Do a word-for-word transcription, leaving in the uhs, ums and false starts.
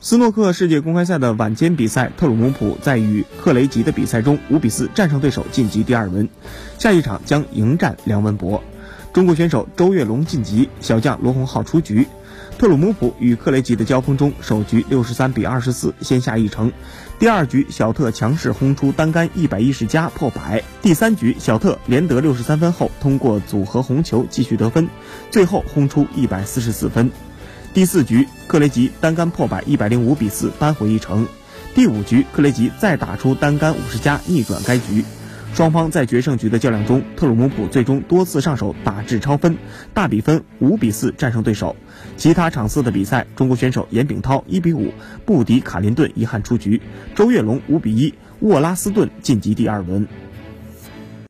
斯诺克世界公开赛的晚间比赛，特鲁姆普在与克雷吉的比赛中五比四战胜对手，晋级第二轮。下一场将迎战梁文博。中国选手周跃龙晋级，小将罗洪浩出局。特鲁姆普与克雷吉的交锋中，首局六十三比二十四先下一城，第二局小特强势轰出单杆一百一十加破百，第三局小特连得六十三分后，通过组合红球继续得分，最后轰出一百四十四分。第四局克雷吉单杆破百一百零五比四扳回一城，第五局克雷吉再打出单杆五十加逆转该局。双方在决胜局的较量中，特鲁姆普最终多次上手打至超分，大比分五比四战胜对手。其他场次的比赛，中国选手严炳涛一比五不敌卡林顿遗憾出局，周跃龙五比一沃拉斯顿晋级第二轮。